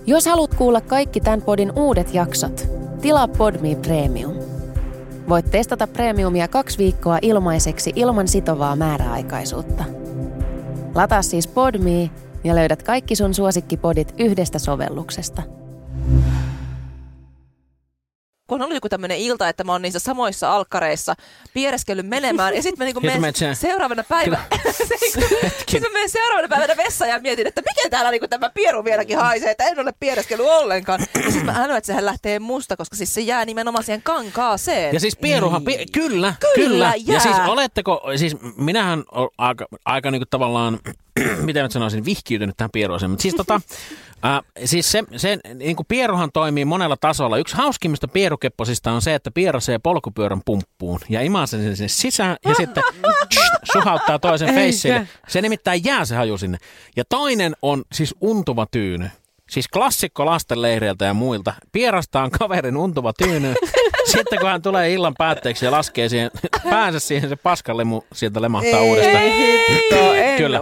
Jos haluat kuulla kaikki tämän podin uudet jaksot, tilaa Podme Premium. Voit testata Premiumia 2 viikkoa ilmaiseksi ilman sitovaa määräaikaisuutta. Lataa siis Podme ja löydät kaikki sun suosikkipodit yhdestä sovelluksesta. Kun on ollut joku tämmöinen ilta, että mä oon niissä samoissa alkkareissa piereskellyt menemään, ja sitten mä niinku menen seuraavana päivänä vessaan ja mietin, että mikä täällä niinku tämä pieru vieläkin haisee, että en ole piereskellyt ollenkaan. Ja sitten mä älyyn, että sehän lähtee musta, koska siis se jää nimenomaan siihen kankaaseen. Ja siis pieruhan, kyllä. Ja siis oletteko, siis minähän olen aika niinku tavallaan, miten mä sanoisin, vihkiytynyt tähän pieruaseen, mutta siis siis se niin kuin pieruhan toimii monella tasolla. Yksi hauskimmista pierukepposista on se, että pierasee polkupyörän pumppuun ja imaisee sen sinne sisään ja sitten suhauttaa toisen feissille. Se nimittäin jää se haju sinne. Ja toinen on siis untuva tyyny. Siis klassikko lastenleireiltä ja muilta. Pierastaan kaverin untuva tyyny. Sitten kun hän tulee illan päätteeksi ja laskee siihen, päänsä siihen, se paskalemu sieltä lemahtaa uudestaan. Kyllä.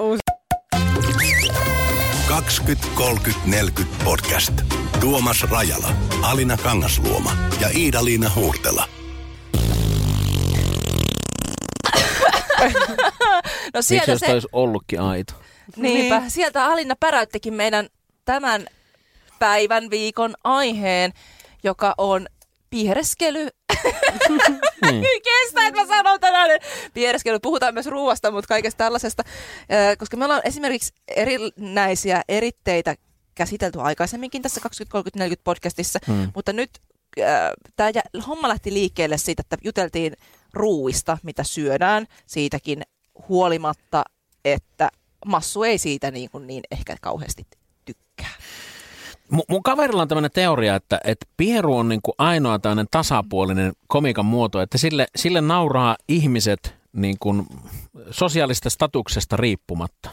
20, 30, 40 podcast. Tuomas Rajala, Alina Kangasluoma ja Iida-Liina Huurtela. No sieltä miksi jos olisi ollutkin aito? Niinpä, sieltä Alina päräyttikin meidän tämän päivän viikon aiheen, joka on piereskely. Ei kestä, että mä sanon tänään piereskely. Puhutaan myös ruuasta, mutta kaikesta tällaisesta. Koska me ollaan esimerkiksi erinäisiä eritteitä käsitelty aikaisemminkin tässä 20, 30, 40 podcastissa. Mutta nyt tämä homma lähti liikkeelle siitä, että juteltiin ruuista, mitä syödään. Siitäkin huolimatta, että Massu ei siitä niin ehkä kauheasti tykkää. Mun kaverilla on tämmöinen teoria, että pieru on niin kuin ainoa tämmöinen tasapuolinen komiikan muoto, että sille nauraa ihmiset niin kuin sosiaalista statuksesta riippumatta.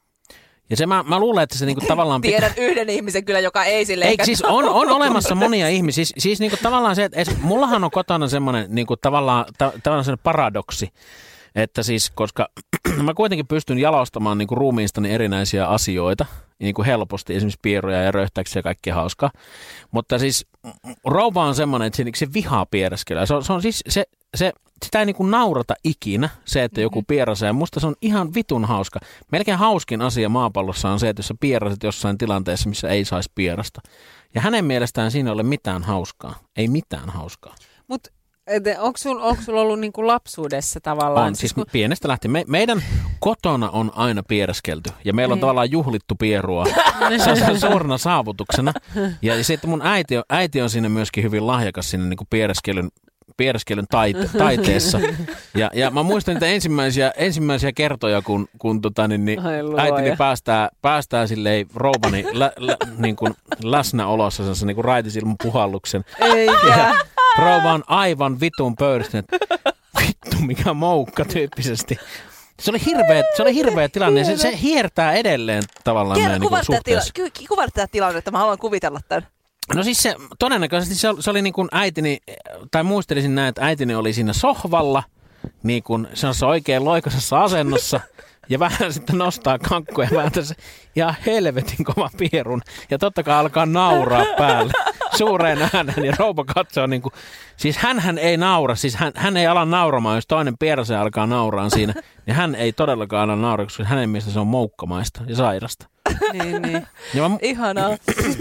Ja se mä luulen, että se niin kuin tavallaan tiedän yhden ihmisen kyllä, joka ei sille ehkä siis on olemassa monia ihmisiä. Siis niin kuin tavallaan se, että mullahan on kotona semmoinen niin kuin tavallaan semmoinen paradoksi, että siis koska mä kuitenkin pystyn jalostamaan niin kuin ruumiistani erinäisiä asioita, niin kuin helposti, esimerkiksi pieruja ja röyhtäyksiä ja kaikkea hauskaa. Mutta siis rouva on semmoinen, että se vihaa piereskelyä. Se on siis, sitä ei niin kuin naurata ikinä, se, että joku pierasee. Musta se on ihan vitun hauska. Melkein hauskin asia maapallossa on se, että jos sä pieraset jossain tilanteessa, missä ei saisi pierasta. Ja hänen mielestään siinä ei ole mitään hauskaa. Ei mitään hauskaa. Mutta onko sulla ollut niinku lapsuudessa tavallaan? On, siis pienestä lähtien. Meidän kotona on aina piereskelty ja meillä on tavallaan juhlittu pierua. Se on suurena saavutuksena. Ja sitten mun äiti on siinä myöskin hyvin lahjakas siinä niinku piereskelyn taiteessa. Ja mä muistan niitä ensimmäisiä kertoja, kun äitini päästää silleen rouvani niin kuin läsnäolossa sen niin kuin raitisilmun puhalluksen. Eikä. Rouva on aivan vitun pöyristynyt. Vittu mikä moukka tyyppisesti. Se oli hirveä tilanne. Se hiertää edelleen tavallaan meidän niin suhteessa. Kuvaile tätä tilannetta, mä haluan kuvitella tämän. No siis todennäköisesti se oli niin kuin äitini, tai muistelisin näin, että äitini oli siinä sohvalla, niin kuin se oikein loikaisessa asennossa, ja vähän sitten nostaa kankkuja ja vääntää se ihan helvetin kova pierun. Ja totta kai alkaa nauraa päälle suureen ääneen, ja rouva katsoo niin kuin, siis hänhän ei naura, siis hän ei ala nauramaan, jos toinen pierase alkaa nauraan siinä, niin hän ei todellakaan ala nauraa, koska hänen mielestä se on moukkamaista ja sairasta. Niin. Ihanaa. Siis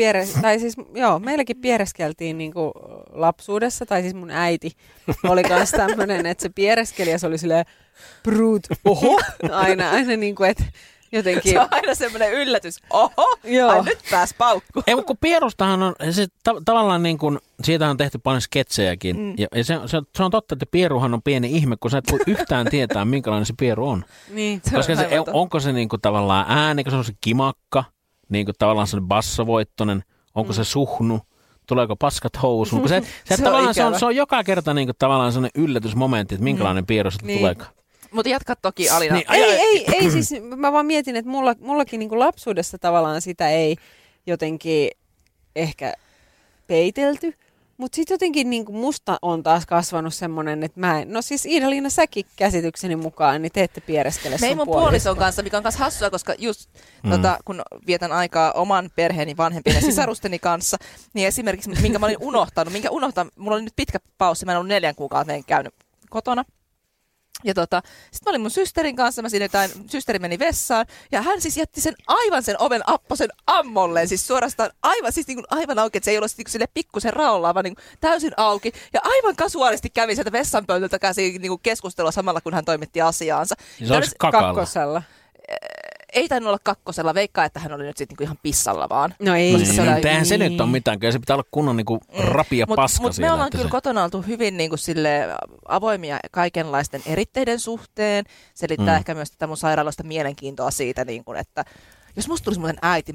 meilläkin piereskeltiin niinku lapsuudessa, tai siis mun äiti oli kans tämmönen, että se piereskeli ja se oli silleen brut, oho, aina niinku, että jotenkin. Se on aina semmoinen yllätys, oho, ai nyt pääs paukku. Ei, mutta kun pierustahan on, se tavallaan niin kuin, siitä on tehty paljon sketsejäkin, ja se on totta, että pieruhan on pieni ihme, kun sä et voi yhtään tietää, minkälainen se pieru on. Niin, koska onko se niin kuin tavallaan äänekä, se on se kimakka, niin kuin tavallaan se bassavoittonen, onko se suhnu, tuleeko paskat housuun. Se on joka kerta niin kuin tavallaan sellainen yllätysmomentti, että minkälainen pieru se tuleekaan. Mutta jatka toki, Alina. Niin, ei siis, mä vaan mietin, että mullakin niin kuin lapsuudessa tavallaan sitä ei jotenkin ehkä peitelty, Mutta sitten jotenkin niinku musta on taas kasvanut semmoinen, että mä en... No siis Iida-Liina, säkin käsitykseni mukaan, niin te ette piereskele sun mun puolison kanssa, mikä on myös hassua, koska just kun vietän aikaa oman perheeni vanhempien ja sisarusteni kanssa, niin esimerkiksi minkä mä olin unohtanut, mulla oli nyt pitkä paussi, mä en ollut 4 kuukautta käynyt kotona. Ja sitten mä olin mun systerin kanssa, systeri meni vessaan, ja hän siis jätti sen oven apposen ammolleen, siis suorastaan aivan auki, että se ei ollut sille pikkusen raollaan, vaan täysin auki, ja aivan kasuaalisti kävi sieltä vessanpöntöltä käsin keskustelua samalla, kun hän toimitti asiaansa. Se olisi kakkosella. Ei tainnut olla kakkosella, veikkaa, että hän oli nyt sitten ihan pissalla vaan. No ei. Eihän se nyt ole mitään, kyllä se pitää olla kunnon rapia paska Mutta siellä. me ollaan kyllä kotona oltu hyvin avoimia kaikenlaisten eritteiden suhteen. Selittää ehkä myös tätä mun sairaaloista mielenkiintoa siitä, että jos musta tulisi muuten äiti,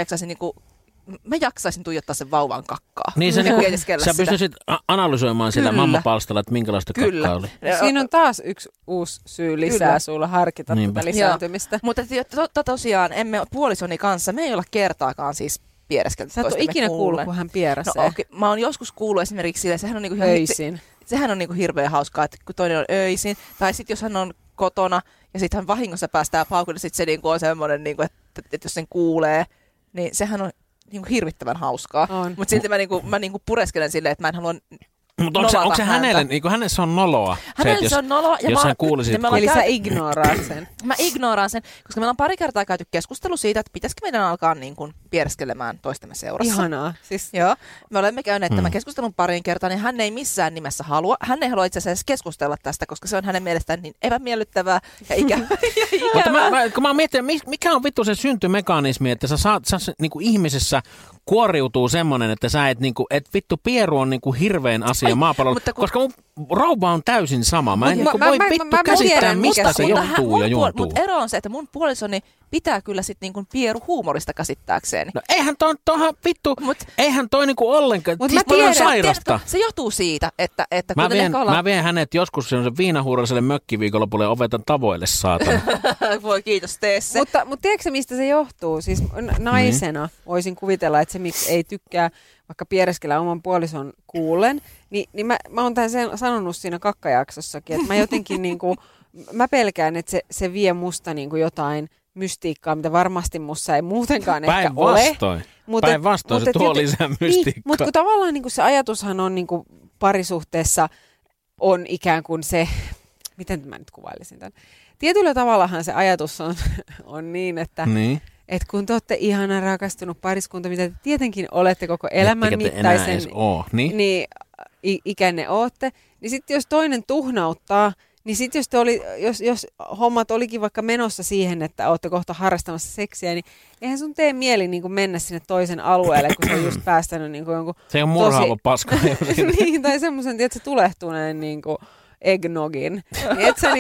mä jaksaisin tuijottaa sen vauvan kakkaa. Niin sä pystyisit analysoimaan sillä mammapalstalla, että minkälaista kakkaa oli. Siinä on taas yksi uusi syy lisää sulla harkita tätä lisääntymistä. Mutta tosiaan puolisoni kanssa, me ei olla kertaakaan siis piereskelty. Sä et ole ikinä kuullut, kun hän pieräsee. No, mä oon joskus kuullut esimerkiksi sille, sehän on öisin. Sehän on hirveän hauskaa, että kun toinen on öisin, tai sitten jos hän on kotona ja sitten hän vahingossa päästää paukuun, niin sitten se on semmoinen, että jos sen kuulee, niin sehän on hirvittävän hauskaa. Mutta silti mä pureskelen silleen, että mä en halua mutta onko se hänelle, hänessä on noloa? Hänelle se on noloa. Jos hän kuulisi. Eli sä ignoraat sen. Mä ignoraan sen, koska meillä on pari kertaa käyty keskustelu siitä, että pitäisikö meidän alkaa piereskelemään toistemme seurassa. Ihanaa. Siis. Joo. Me olemme käyneet tämän keskustelun pariin kertaan, niin hän ei missään nimessä halua. Hän ei halua itse asiassa keskustella tästä, koska se on hänen mielestään niin epämiellyttävää ja ikävää. Mutta kun mä mietin, mikä on vittu se syntymekanismi, että sä saat ihmisessä kuoriutuu semmoinen, että sä et vittu pieru on hirveän asia maapallolla, koska mun rouva on täysin sama. Mä en voi vittu käsittää, mistä se johtuu ja juontuu. Mutta ero on se, että mun puolisoni pitää kyllä sit pieru huumorista käsittääkseen. No eihän eihän toi ollenkaan, siis paljon sairasta. Se johtuu siitä, että mä vien hänet joskus semmoisen viinahuuralliselle mökkiviikonlopulle ja opetan tavoille, saatana. Voi kiitos, tee se. Mutta tiedätkö mistä se johtuu? Siis naisena voisin kuvitella, että se miksi ei tykkää vaikka piereskellä oman puolison kuullen, niin mä oon tämän sanonut siinä kakkajaksossakin, että mä jotenkin mä pelkään, että se vie musta jotain mystiikkaa, mitä varmasti musta ei muutenkaan ehkä ole. Päinvastoin se tuo lisää mystiikkaa. Mutta kun tavallaan se ajatushan on parisuhteessa on ikään kuin se, miten mä nyt kuvailisin tämän. Tietyllä tavallahan se ajatus on niin, että kun te olette ihana rakastunut pariskunta, mitä te tietenkin olette koko elämän mittaisen, niin ikänne ootte, niin sitten jos toinen tuhnauttaa, niin sitten jos hommat olikin vaikka menossa siihen, että olette kohta harrastamassa seksiä, niin eihän sun tee mieli mennä sinne toisen alueelle, kun sä on just päästänyt jonkun... Se on murhaava paska. Niin, tai semmoisen, tiedätkö, tulehtuneen eggnogin. Niin et sä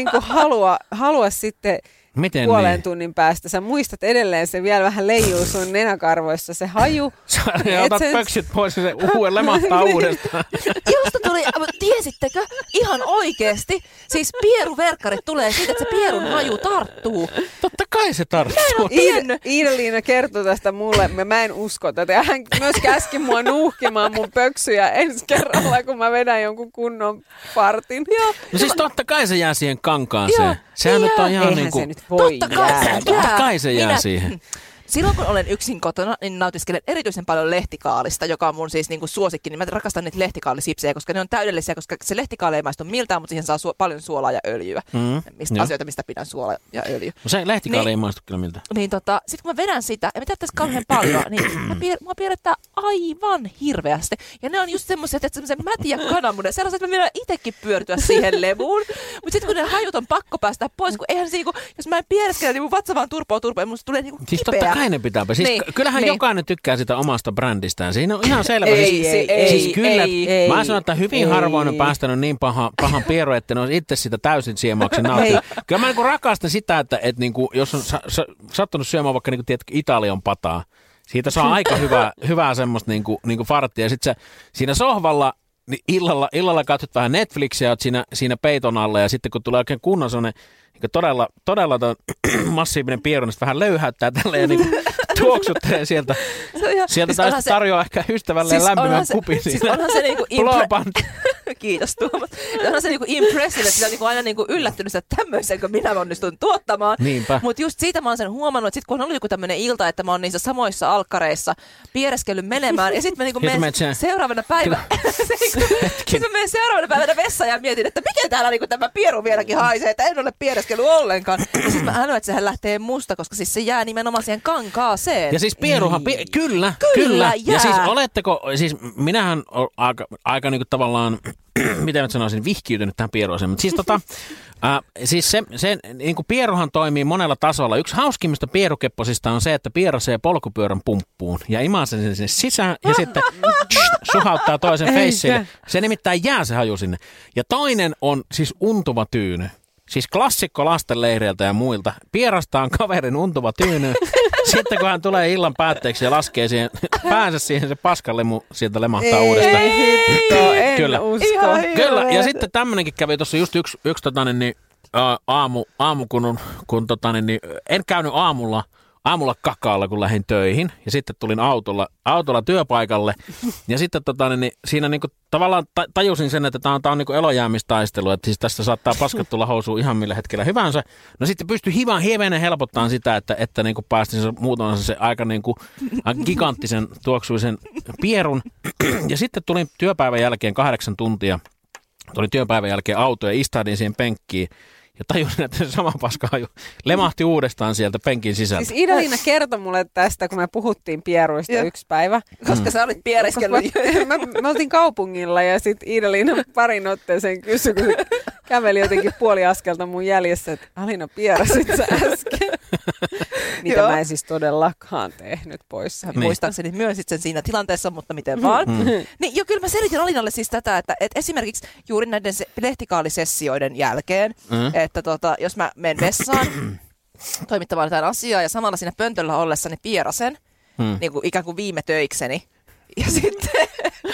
halua sitten puolen tunnin päästä. Sä muistat edelleen, se vielä vähän leijuu sun nenäkarvoissa, se haju. Ja otat pöksyt pois ja se lemahtaa uudestaan. Josta tuli, tiesittekö, ihan oikeesti, siis pieruverkkarit tulee siitä, että se pierun haju tarttuu. Totta kai se tarttuu. Mä en ole tiennyt. Iida-Liina kertoi tästä mulle, mä en usko tätä. Ja hän myös käski mua nuuhkimaan mun pöksyjä ensi kerralla, kun mä vedän jonkun kunnon fartin. Joo. No siis totta kai se jää siihen kankaaseen. Sehän nyt on ihan se nyt voi jäädä. Totta kai se jää siihen. Silloin kun olen yksin kotona, niin nautiskelen erityisen paljon lehtikaalista, joka on mun siis suosikki. Niin mä rakastan niitä lehtikaalisipsejä, koska ne on täydellisiä, koska se lehtikaali ei maistu miltään, mutta siihen saa paljon suolaa ja öljyä. Asioita, mistä pidän suolaa ja öljyä. No se lehtikaali ei maistu kyllä miltä. Niin sitten kun mä vedän sitä, ja mä tehdään kauhean paljon, niin mua pierrettää aivan hirveästi. Ja ne on just semmoisia, että semmoisen mätiä kananmunen, sellaiset, että mä vielä itsekin pyörtyä siihen levuun. Mutta sitten kun ne hajut on pakko päästä pois, kun eihän jos mä en piereskele, niin mun vatsa vaan turpoo ja musta tulee kipeä. Kai ne pitääpä. Siis kyllähän jokainen tykkää sitä omasta brändistään. Siinä on ihan selvä. Mä sanon, että hyvin harvoin on päästänyt niin pahan pieru, että ne on itse sitä täysin siemauksen nauttia. Kyllä mä rakastan sitä, että jos on sattunut syömään vaikka Italian pataa, siitä saa aika hyvää semmoista farttia. Ja sitten siinä sohvalla niin illalla katsot vähän Netflixiä, oot siinä peiton alla ja sitten kun tulee oikein kunnon sellainen todella massiivinen pieru, niin vähän löyhäyttää tälleen ja tuoksuttelee sieltä. Sieltä taisi tarjoaa ehkä ystävälleen lämpimän kupin. Siis onhan se niinku Kiitos Tuomas. Onhan se niinku impressive, että sä oot aina niinku yllättynyt, että tämmöisenkö minä onnistun tuottamaan. Mutta just siitä mä oon sen huomannut, että sit kun on ollut joku tämmöinen ilta, että mä oon niissä samoissa alkkareissa piereskellyt menemään, ja sitten mä niinku menen seuraavana päivänä vessaan ja mietin, että mikä täällä niinku tämä pieru vieläkin haisee, että en ole piereskellyt ollenkaan. Ja sitten mä annoin, että sehän lähtee musta, koska siis se jää nimenomaan siihen kankaaseen. Ja siis pieruhan, kyllä. Ja siis oletteko, siis minähän olen aika niinku tavallaan, miten mä sanoisin, vihkiytynyt tähän pieruaseen, mutta siis se niin kuin pieruhan toimii monella tasolla. Yksi hauskimmista pierukepposista on se, että pierasee polkupyörän pumppuun ja imaisee sen sinne sisään ja sitten suhauttaa toisen feissille. Se nimittäin jää se haju sinne. Ja toinen on siis untuva tyyny. Siis klassikko lastenleireiltä ja muilta. Pierastaan kaverin untuva tyyny. Sitten kun hän tulee illan päätteeksi ja laskee siihen, päänsä siihen, se paskanlemu sieltä lemahtaa uudestaan. Kyllä. Kyllä. Ja sitten tämmönenkin kävi tuossa just yksi aamu kun en käynyt aamulla kakaalla, kun lähdin töihin. Ja sitten tulin autolla työpaikalle. Ja sitten siinä niinku tavallaan tajusin sen, että tämä on niinku elojäämistaistelu. Että siis tästä saattaa paskat tulla housuun ihan millä hetkellä hyvänsä. No sitten pystyi hivenen helpottaa sitä, että niinku päästin muutaman se aika niinku giganttisen tuoksuisen pierun. Ja sitten tulin työpäivän jälkeen 8 tuntia. Tulin työpäivän jälkeen autoon ja istahdin siihen penkkiin. Ja tajusin, että se sama paskahaju lemahti uudestaan sieltä penkin sisältä. Siis Iida-Liina kertoi mulle tästä, kun me puhuttiin pieruista yksi päivä. Koska sä olit piereskellyt. Me oltiin kaupungilla ja sitten Iida-Liina parin otteeseen kysyi, kun se käveli jotenkin puoli askelta mun jäljessä, että Alina, pierasit sä äsken? Mitä mä en siis todellakaan tehnyt pois. Muistaakseni myönsit sen siinä tilanteessa, mutta miten vaan. Niin jo kyllä mä selitin Alinalle siis tätä, että esimerkiksi juuri näiden lehtikaalisessioiden jälkeen, että jos mä menen vessaan toimittamaan jotain asiaa ja samalla siinä pöntöllä ollessani pierasen, niin kuin ikään kuin viime töikseni. Ja sitten...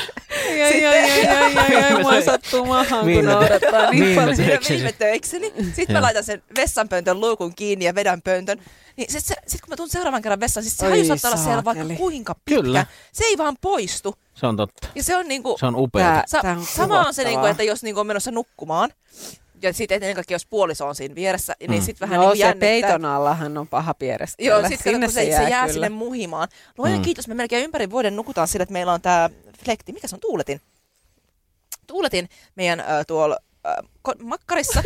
Mua sattuu mahaan, kun noudattaa niin paljon. Viime töikseni. Sitten mä laitan sen vessanpöntön luukun kiinni ja vedän pöntön. Niin sitten kun mä tuun seuraavan kerran vessaan, siis se haju saattaa olla siellä vaikka kuinka pitkä. Kyllä. Se ei vaan poistu. Se on totta. Ja se on niinku... Se on upeaa. Sama on se, niinku, että jos niinku on menossa nukkumaan, ja sitten ennen kaikkea, jos puoliso on siinä vieressä, niin sitten vähän niinku jännittää. Se peiton allahan on paha piereskellä. Joo, sitten kun se jää sinne muhimaan. Luojan kiitos, me melkein ympäri vuoden nukutaan sillä, että meillä on tää flekti. Mikä se on? Tuuletin. Tuuletin meidän tuolla makkarissa.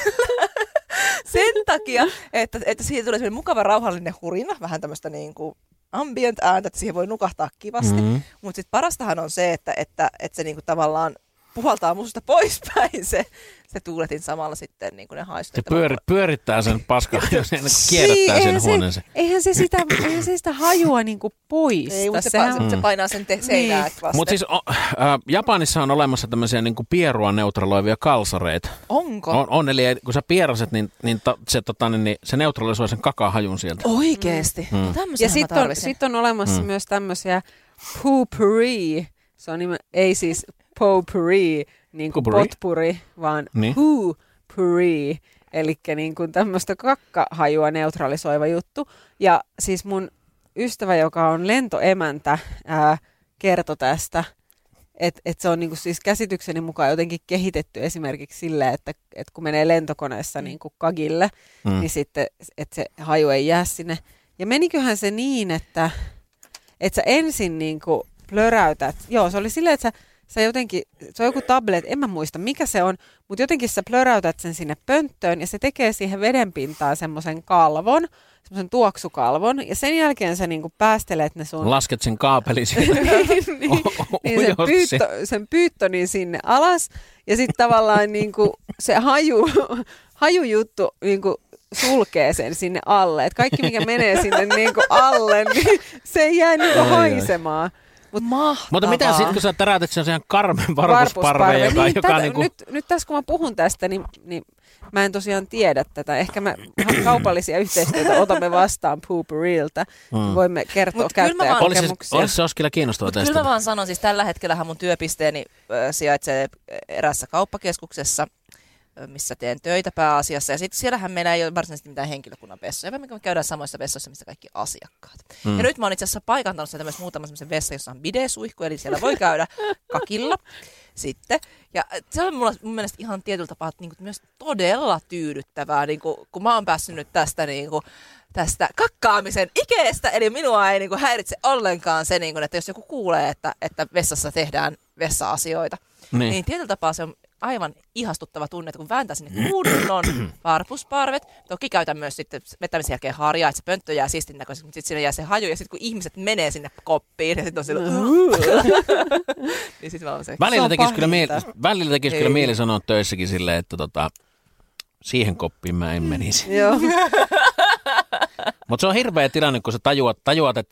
Sen takia, että siitä tulee semmoinen mukava rauhallinen hurina, vähän tämmöistä niin kuin ambient ääntä, että siihen voi nukahtaa kivasti. Mutta sitten parastahan on se, että se niin kuin tavallaan puhaltaa musta poispäin se tuuletin samalla sitten niin kuin ne haistut. Se pyörittää sen paskan, jos kierrättää sen huoneensa. Eihän se sitä hajua niin kuin poista. Ei, mutta se painaa sen seinää vasten. Mutta siis Japanissa on olemassa tämmöisiä niin kuin pierua neutraloivia kalsareita. Onko? On, eli kun sä pieraset, niin se neutralisoi sen kakahajun sieltä. Oikeesti? Ja sitten on olemassa myös tämmöisiä potpourri. Se on ei siis potpourri, niin kuin potpuri, vaan potpourri, eli niin kuin tämmöistä kakkahajua neutralisoiva juttu. Ja siis mun ystävä, joka on lentoemäntä, kertoi tästä, että se on niin kuin siis käsitykseni mukaan jotenkin kehitetty esimerkiksi silleen, että kun menee lentokoneessa niin kuin kagille, niin sitten että se haju ei jää sinne. Ja meniköhän se niin, että sä ensin niin kuin plöräytät, joo, se oli silleen, että sä jotenkin, se on joku tablet, en mä muista mikä se on, mutta jotenkin sä plöräytät sen sinne pönttöön ja se tekee siihen vedenpintaan semmoisen kalvon, semmoisen tuoksukalvon ja sen jälkeen sä niinku päästelet ne sun... Lasket sen kaapelin sinne. niin sen pyyttönin sinne alas ja sitten tavallaan niinku se hajujuttu niinku sulkee sen sinne alle. Et kaikki mikä menee sinne niinku alle, niin se ei jää niinku haisemaan. Mutta mitä sitten, kun sä täräytät sen ihan karmen varpusparveen, joka niinku... Nyt tässä kun mä puhun tästä, niin mä en tosiaan tiedä tätä. Ehkä me kaupallisia yhteistyötä otamme vastaan Pooperilta. Voimme kertoa käyttäjäkokemuksia. Olisi se Oskilla kiinnostava testata. Kyllä mä vaan sanon, siis tällä hetkellähän mun työpisteeni sijaitsee erässä kauppakeskuksessa missä teen töitä pääasiassa. Ja sitten siellähän meillä ei ole varsinaisesti mitään henkilökunnan vessoja, vaan me käydään samoissa vessoissa, missä kaikki asiakkaat. Ja nyt mä oon itse asiassa paikantanut sieltä myös muutaman semmoisen vessan, jossa on bidesuihku, eli siellä voi käydä kakilla sitten. Ja se on mun mielestä ihan tietyllä tapaa niin kuin myös todella tyydyttävää, niin kuin, kun mä oon päässyt nyt tästä, niin kuin, tästä kakkaamisen ikeestä, eli minua ei niin kuin häiritse ollenkaan se, niin kuin, että jos joku kuulee, että vessassa tehdään vessa-asioita, niin tietyllä tapaa se on aivan ihastuttava tunne, että kun vääntää sinne kunnon varpusparvet, toki käytän myös sitten vetämisen jälkeen harjaa, että se pönttö jää siistin näköisesti, mutta sitten siinä jää se haju, ja sitten kun ihmiset menee sinne koppiin, ja sitten on silloin niin sitten vaan se. Välillä tekisi kyllä mieli sanoa töissäkin silleen, että siihen koppiin mä en menisi. Joo. Mutta se on hirveä tilanne, kun sä tajuat että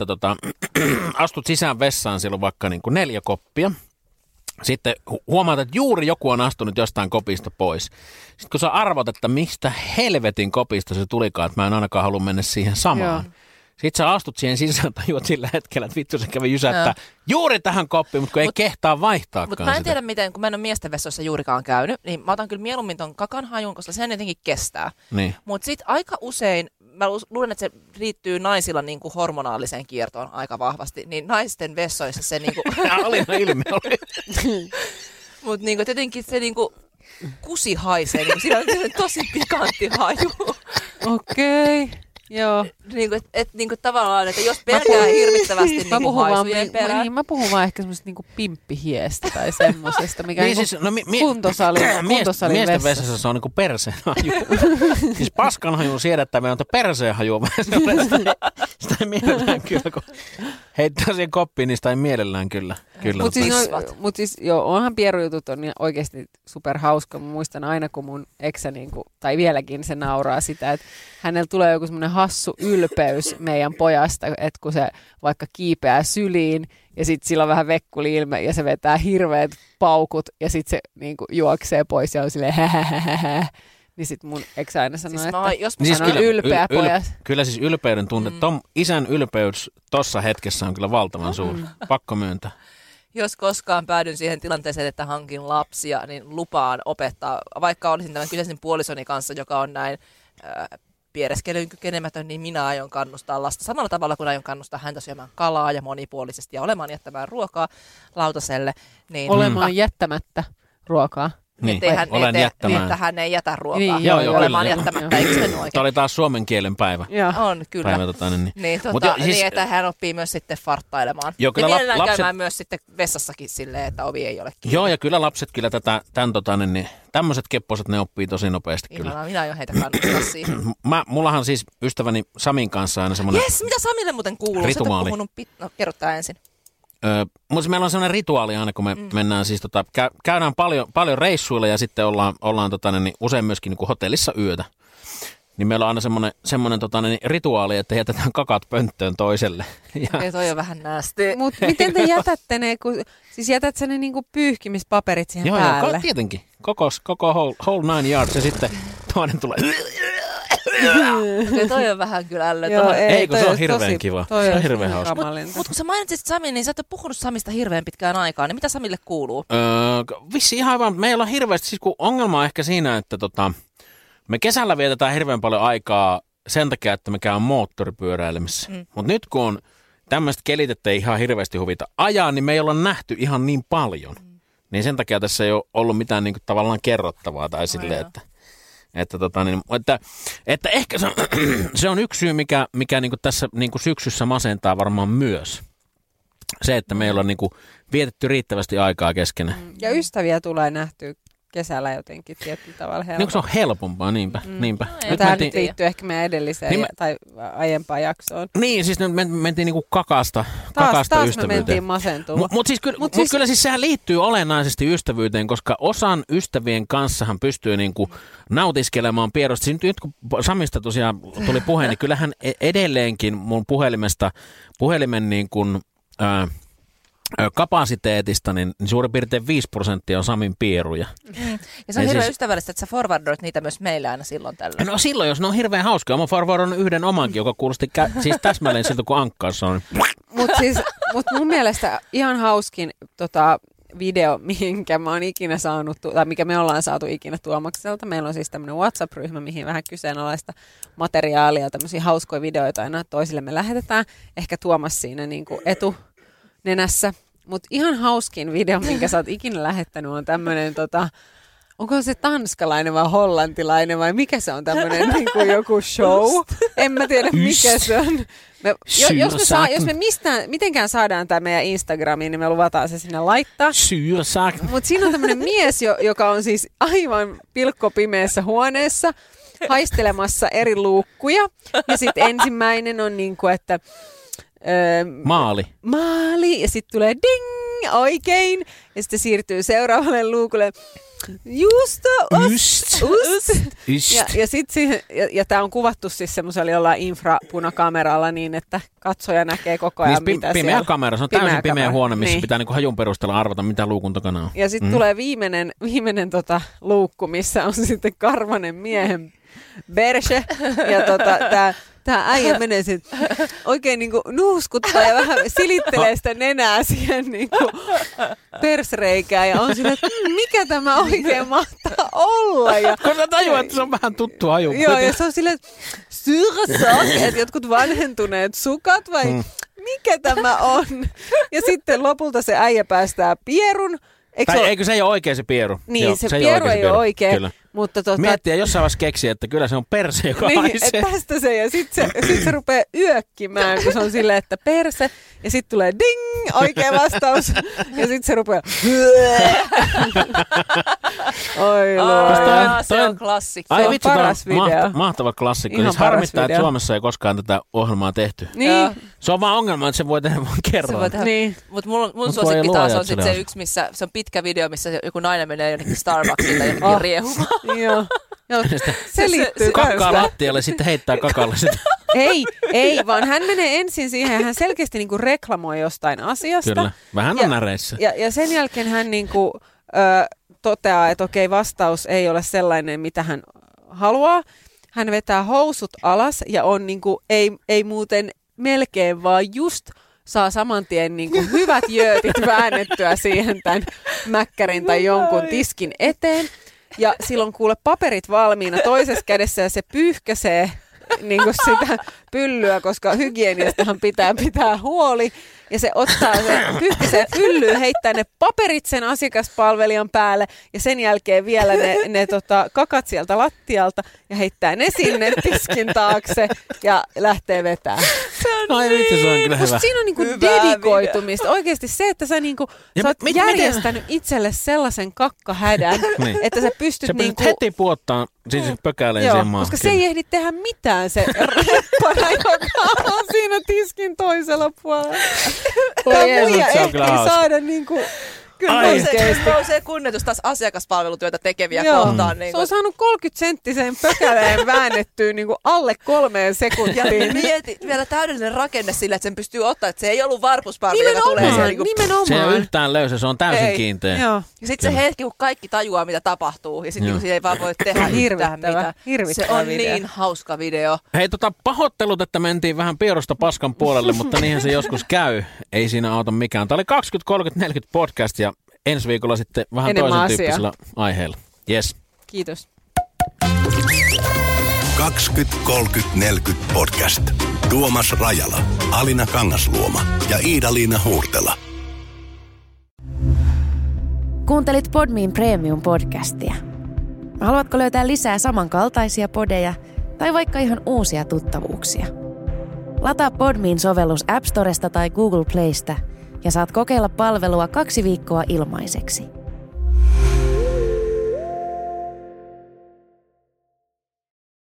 astut sisään vessaan, siellä on vaikka niin kuin 4 koppia. Sitten huomaat, että juuri joku on astunut jostain kopista pois. Sitten kun sä arvot, että mistä helvetin kopista se tulikaan, että mä en ainakaan halua mennä siihen samaan. Joo. Sitten sä astut siihen sisään, tajuat sillä hetkellä, että vittu se kävi jysättää juuri tähän koppiin, mutta kun ei kehtaa vaihtaakaan Mutta mä en tiedä miten, kun mä en ole miesten vessoissa juurikaan käynyt, niin mä otan kyllä mieluummin ton kakan hajun, koska sen jotenkin kestää. Niin. Mutta sitten aika usein, mä luulen, että se liittyy naisilla niin kuin hormonaaliseen kiertoon aika vahvasti, niin naisten vessoissa se niinku Alina ilme oli. Mutta niinku jotenkin se niinku kusi haisee, niinku siinä on tosi pikantti haju. Okei. Joo. Niinku tavallaan, että jos pelkää hirvittävästi niinku haisujen perään. Niin, mä puhun vaan ehkä semmoisesta niinku pimppihiestä tai semmosesta, mikä niin siis, kuntosalin miesten vessassa se on niinku perseen haju. Siis paskan haju siedättävää, mutta perseen haju. Sitä ei mielellään kyllä, kun heittää siihen koppiin, niin sitä ei mielellään kyllä. Mutta siis joo, onhan pierujutut on oikeasti superhauska. Mä muistan aina, kun mun eksä, tai vieläkin se nauraa sitä, että hänellä tulee joku semmoinen hassu ylpeys meidän pojasta, että kun se vaikka kiipeää syliin ja sitten sillä on vähän vekkuli-ilme ja se vetää hirveät paukut ja sitten se niinku juoksee pois ja on silleen hähähähä. Niin sit mun eksä aina sanoo, siis että hän on ylpeä pojas. Kyllä siis ylpeyden tunne. Isän ylpeys tossa hetkessä on kyllä valtavan suuri. Pakko myöntää. Jos koskaan päädyn siihen tilanteeseen, että hankin lapsia, niin lupaan opettaa, vaikka olisin tämän kyseisen puolisoni kanssa, joka on näin piereskelyyn kykenemätön, niin minä aion kannustaa lasta samalla tavalla kuin aion kannustaa häntä syömään kalaa ja monipuolisesti ja olemaan jättämään ruokaa lautaselle. Niin, olemaan jättämättä ruokaa. Niin, että hän ei jätä ruokaa. Niin, joo, olemaan jättämättä, eikö se oikein? Tämä oli taas suomen kielen päivä. On, kyllä. Niin, että hän oppii myös sitten farttailemaan. Joo, kyllä ja mielellään käymään myös sitten vessassakin silleen, että ovi ei ole kiinni. Joo, ja kyllä lapset kyllä niin tämmöiset kepposet ne oppii tosi nopeasti kyllä. Ihanaa, minä aion heitä kannustaa siihen. Mullahan siis ystäväni Samin kanssa aina semmoinen mitä Samille muuten kuuluu? Rituaali. Kerro tää ensin. Mutta meillä on sellainen rituaali aina, kun me mennään siis käydään paljon reissuilla ja sitten ollaan niin usein myöskin niin kuin hotellissa yötä. Niin meillä on aina semmoinen rituaali, että jätetään kakat pönttöön toiselle. Ja toi on vähän näästi. Mutta miten te jätätte ne, siis jätät sä ne niinku pyyhkimispaperit siihen päälle? Joo, tietenkin. Koko whole 9 yards ja sitten toinen tulee. Toi on vähän kyllä ällötä. Ei, kun se on hirveän kiva. Se on hirveän hauska. Mutta kun sä mainitsit Samin, niin sä et ole puhunut Samista hirveän pitkään aikaa, niin mitä Samille kuuluu? Vissi ihan vaan, meillä on hirveästi, siis kun ongelma on ehkä siinä, että me kesällä vietetään hirveän paljon aikaa sen takia, että me käydään moottoripyöräilemässä. Mutta nyt kun on tämmöistä kelit, että ei ihan hirveästi huvita ajaa, niin me ei olla nähty ihan niin paljon. Niin sen takia tässä ei ole ollut mitään niin kuin tavallaan kerrottavaa tai silleen, että ehkä se on yksi syy, mikä niin kuin tässä niin kuin syksyssä masentaa varmaan myös. Se, että meillä on niin kuin vietetty riittävästi aikaa keskenään. Ja ystäviä tulee nähtyä kesällä jotenkin tietyllä tavalla helpompaa. Niin se on helpompaa, niinpä. No, tämä nyt liittyy ehkä meidän edelliseen tai aiempaan jaksoon. Niin, siis me mentiin niinku kakasta taas ystävyyteen. Me mentiin masentumaan. Mutta kyllä siis sehän liittyy olennaisesti ystävyyteen, koska osan ystävien kanssahan pystyy niinku nautiskelemaan pierosta. Nyt kun Samista tosiaan tuli puhe, niin kyllähän edelleenkin mun puhelimen niin kuin kapasiteetista, niin suurin piirtein 5% on Samin pieruja. Ja se on hirveän ystävällistä, että sä forwardoit niitä myös meillä aina silloin tällöin. No silloin, jos ne on hirveän hauskaa. Mä forwardoin yhden omankin, joka kuulosti siis täsmälleen siltä, kun ankkaassa on. Mut mun mielestä ihan hauskin video, minkä mä oon ikinä saanut, tai mikä me ollaan saatu ikinä Tuomakselta. Meillä on siis tämmöinen WhatsApp-ryhmä, mihin vähän kyseenalaista materiaalia, tämmöisiä hauskoja videoita aina toisille me lähetetään. Ehkä Tuomas siinä niin kuin etunenässä. Mutta ihan hauskin video, minkä sä oot ikinä lähettänyt, on tämmöinen, onko se tanskalainen vai hollantilainen vai mikä se on tämmöinen niin kuin joku show? En mä tiedä, mikä se on. Jos me mitenkään saadaan tämä meidän Instagramiin, niin me luvataan se sinne laittaa. Mutta siinä on tämmöinen mies, joka on siis aivan pilkkopimeässä huoneessa haistelemassa eri luukkuja. Ja sitten ensimmäinen on niin kuin, että maali ja sitten tulee ding oikein ja sitten siirtyy seuraavalle luukulle. Justo, ja sitten ja tämä on kuvattu siis semmoisella jollain infrapunakameralla niin, että katsoja näkee koko ajan, niin, mitä pimeä siellä. kamera, se on täysin pimeä huone, missä pitää niinku hajun perusteella arvata, mitä luukun takana on. Ja sitten tulee viimeinen luukku, missä on sitten karvanen miehen berse, ja tämä äijä menee sitten oikein niinku nuuskuttaa ja vähän silittelee sitä nenää siihen niinku persreikään ja on silleen, että mikä tämä oikein mahtaa olla. Ja kun sä tajuat, että se on vähän tuttu haju. Joo, ja se on silleen, että jotkut vanhentuneet sukat vai mikä tämä on. Ja sitten lopulta se äijä päästää pierun. Eikö se ei ole oikein se pieru? Niin, joo, se pieru ei ole oikein. Kyllä. Mutta miettiä jossain vaiheessa keksiä, että kyllä se on perse, joka haisee. Että tästä se, ja sitten se rupeaa yökkimään, kun se on silleen, että perse, ja sitten tulee ding, oikea vastaus, ja sitten se rupeaa oi luoja. Se on klassikko. Ai vitsi, paras video. Mahtava klassikko. Siis harmittaa, että Suomessa ei koskaan tätä ohjelmaa tehty. Niin. Se on vaan ongelma, että se voi tehdä vain kerran. Niin. Mutta mun suosikki taas on sitten se yksi, missä se on pitkä video, missä joku nainen menee jonnekin Starbucksille jonnekin riehumaan. Joo. Se liittyy. Kakkaa lattialle, sitten heittää kakalle sitä. Ei, vaan hän menee ensin siihen, hän selkeästi niinku reklamoi jostain asiasta. Kyllä, vähän on näreissä. Ja sen jälkeen hän niinku, toteaa, että okei, vastaus ei ole sellainen, mitä hän haluaa. Hän vetää housut alas ja on niinku, ei muuten melkein, vaan just saa saman tien niinku hyvät jöötit väännettyä siihen tämän mäkkärin tai jonkun tiskin eteen. Ja silloin kuule paperit valmiina toisessa kädessä ja se pyyhkäsee niinku sitä pyllyä, koska hygieniastahan pitää huoli. Ja se ottaa se pyyhkäsee pyllyä, heittää ne paperit sen asiakaspalvelijan päälle ja sen jälkeen vielä ne kakat sieltä lattialta ja heittää ne sinne tiskin taakse ja lähtee vetämään. Ai vitsi, se on kyllä hyvä. Siinä on niinku dedikoitumista. Oikeasti se, että sä niinku, sä oot järjestänyt itselle sellaisen kakkahädän, niin. Että sä pystyt se niinku heti puottaa siis pökäleen siihen maahan. Koska se ei ehdi tehdä mitään se reppana, joka on siinä tiskin toisella puolella. Tämä muija ehtii saada niinku kyllä se kunnetus taas asiakaspalvelutyötä tekeviä kohtaan. Niin se on saanut 30-senttisen pökäleen väännettyä niin kuin alle 3 sekuntiin. Mieti vielä täydellinen rakenne sillä, että sen pystyy ottaa, että se ei ollut varpusparvi, joka tulee siellä. Nimenomaan. Se ei ole yhtään löysä, se on täysin kiinteä. Joo. Ja sitten se hetki, kun kaikki tajuaa, mitä tapahtuu, ja sitten siinä ei vaan voi tehdä yhtään mitään. Se on video. Niin hauska video. Hei, pahoittelut, että mentiin vähän pierosta paskan puolelle, mutta niinhän se joskus käy. Ei siinä auta mikään. Tämä oli 20, 30, 40 podcast ja ensi viikolla sitten vähän enemmän toisen tyyppisellä aiheella. Yes. Kiitos. 20, 30, 40 podcast. Tuomas Rajala, Alina Kangasluoma ja Iida-Liina Huurtela. Kuuntelit Podmin Premium-podcastia. Haluatko löytää lisää samankaltaisia podeja tai vaikka ihan uusia tuttavuuksia? Lataa Podmin sovellus App Storesta tai Google Playsta ja saat kokeilla palvelua 2 viikkoa ilmaiseksi.